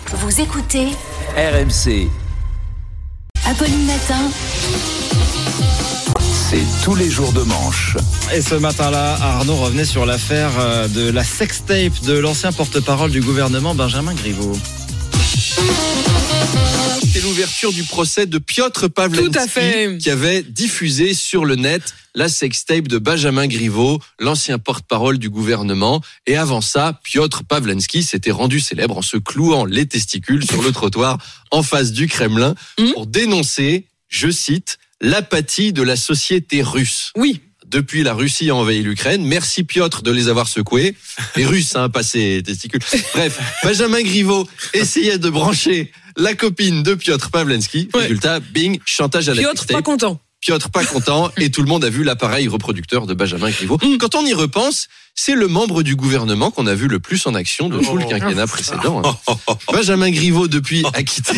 Vous écoutez RMC. Apolline Matin. C'est tous les jours de manche. Et ce matin-là, Arnaud revenait sur l'affaire de la sextape de l'ancien porte-parole du gouvernement, Benjamin Griveaux. C'est l'ouverture du procès de Piotr Pawlenski qui avait diffusé sur le net la sextape de Benjamin Griveaux, l'ancien porte-parole du gouvernement. Et avant ça, Piotr Pawlenski s'était rendu célèbre en se clouant les testicules sur le trottoir en face du Kremlin pour dénoncer, je cite, l'apathie de la société russe. Oui. Depuis, la Russie a envahi l'Ukraine. Merci Piotr de les avoir secoués. Les Russes, passé testicules. Bref, Benjamin Griveaux essayait de brancher la copine de Piotr Pawlenski. Ouais. Résultat, bing, chantage à la Piotr pas content. Piotr pas content et tout le monde a vu l'appareil reproducteur de Benjamin Griveaux. Quand on y repense, c'est le membre du gouvernement qu'on a vu le plus en action de tout le quinquennat précédent. Benjamin Griveaux, depuis, a quitté.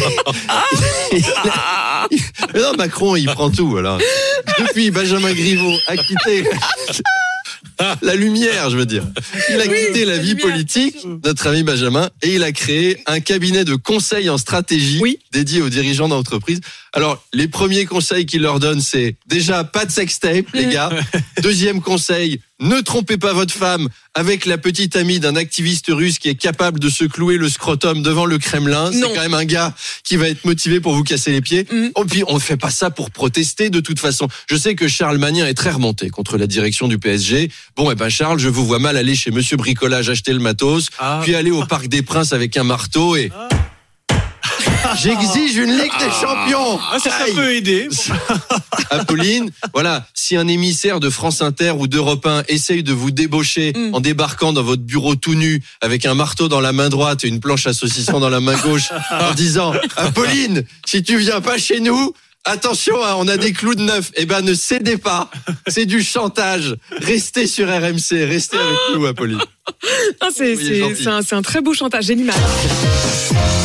Mais non, Macron, il prend tout, alors. Depuis, Benjamin Griveaux a quitté la lumière, je veux dire. Il a quitté la vie politique, notre ami Benjamin, et il a créé un cabinet de conseil en stratégie dédié aux dirigeants d'entreprise. Alors, les premiers conseils qu'il leur donne, c'est déjà pas de sextape, les gars. Deuxième conseil, ne trompez pas votre femme avec la petite amie d'un activiste russe qui est capable de se clouer le scrotum devant le Kremlin. C'est quand même un gars qui va être motivé pour vous casser les pieds. Et puis, on ne fait pas ça pour protester de toute façon. Je sais que Charles Magnin est très remonté contre la direction du PSG. Bon, Charles, je vous vois mal aller chez Monsieur Bricolage acheter le matos, puis aller au Parc des Princes avec un marteau et... J'exige une Ligue des Champions. Ça peut aider. Apolline, voilà, si un émissaire de France Inter ou d'Europe 1 essaye de vous débaucher en débarquant dans votre bureau tout nu avec un marteau dans la main droite et une planche à saucisson dans la main gauche en disant « Apolline, si tu viens pas chez nous, attention, on a des clous de neuf. » Eh ben, ne cédez pas. C'est du chantage. Restez sur RMC. Restez avec nous, Apolline. C'est un très beau chantage. J'ai l'image.